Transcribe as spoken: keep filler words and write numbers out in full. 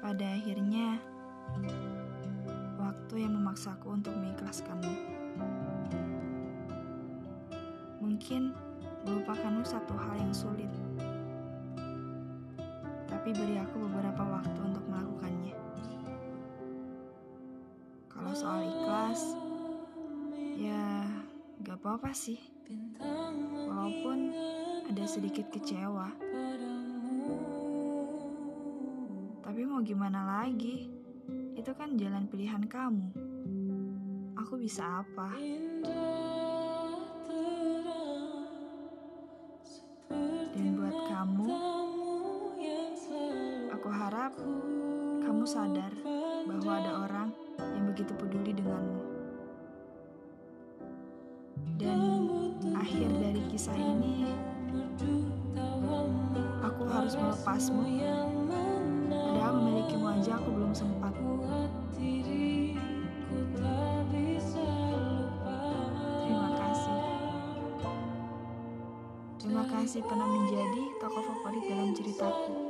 Pada akhirnya, waktu yang memaksaku untuk mengikhlaskanmu. Mungkin melupakanmu satu hal yang sulit, tapi beri aku beberapa waktu untuk melakukannya. Kalau soal ikhlas, ya gak apa-apa sih, walaupun ada sedikit kecewa. Tapi mau gimana lagi? Itu kan jalan pilihan kamu. Aku bisa apa? Dan buat kamu, aku harap kamu sadar bahwa ada orang yang begitu peduli denganmu. Dan akhir dari kisah ini, aku harus melepasmu. Padahal memilikimu aja aku belum sempat. Terima kasih. Terima kasih pernah menjadi tokoh favorit dalam ceritaku.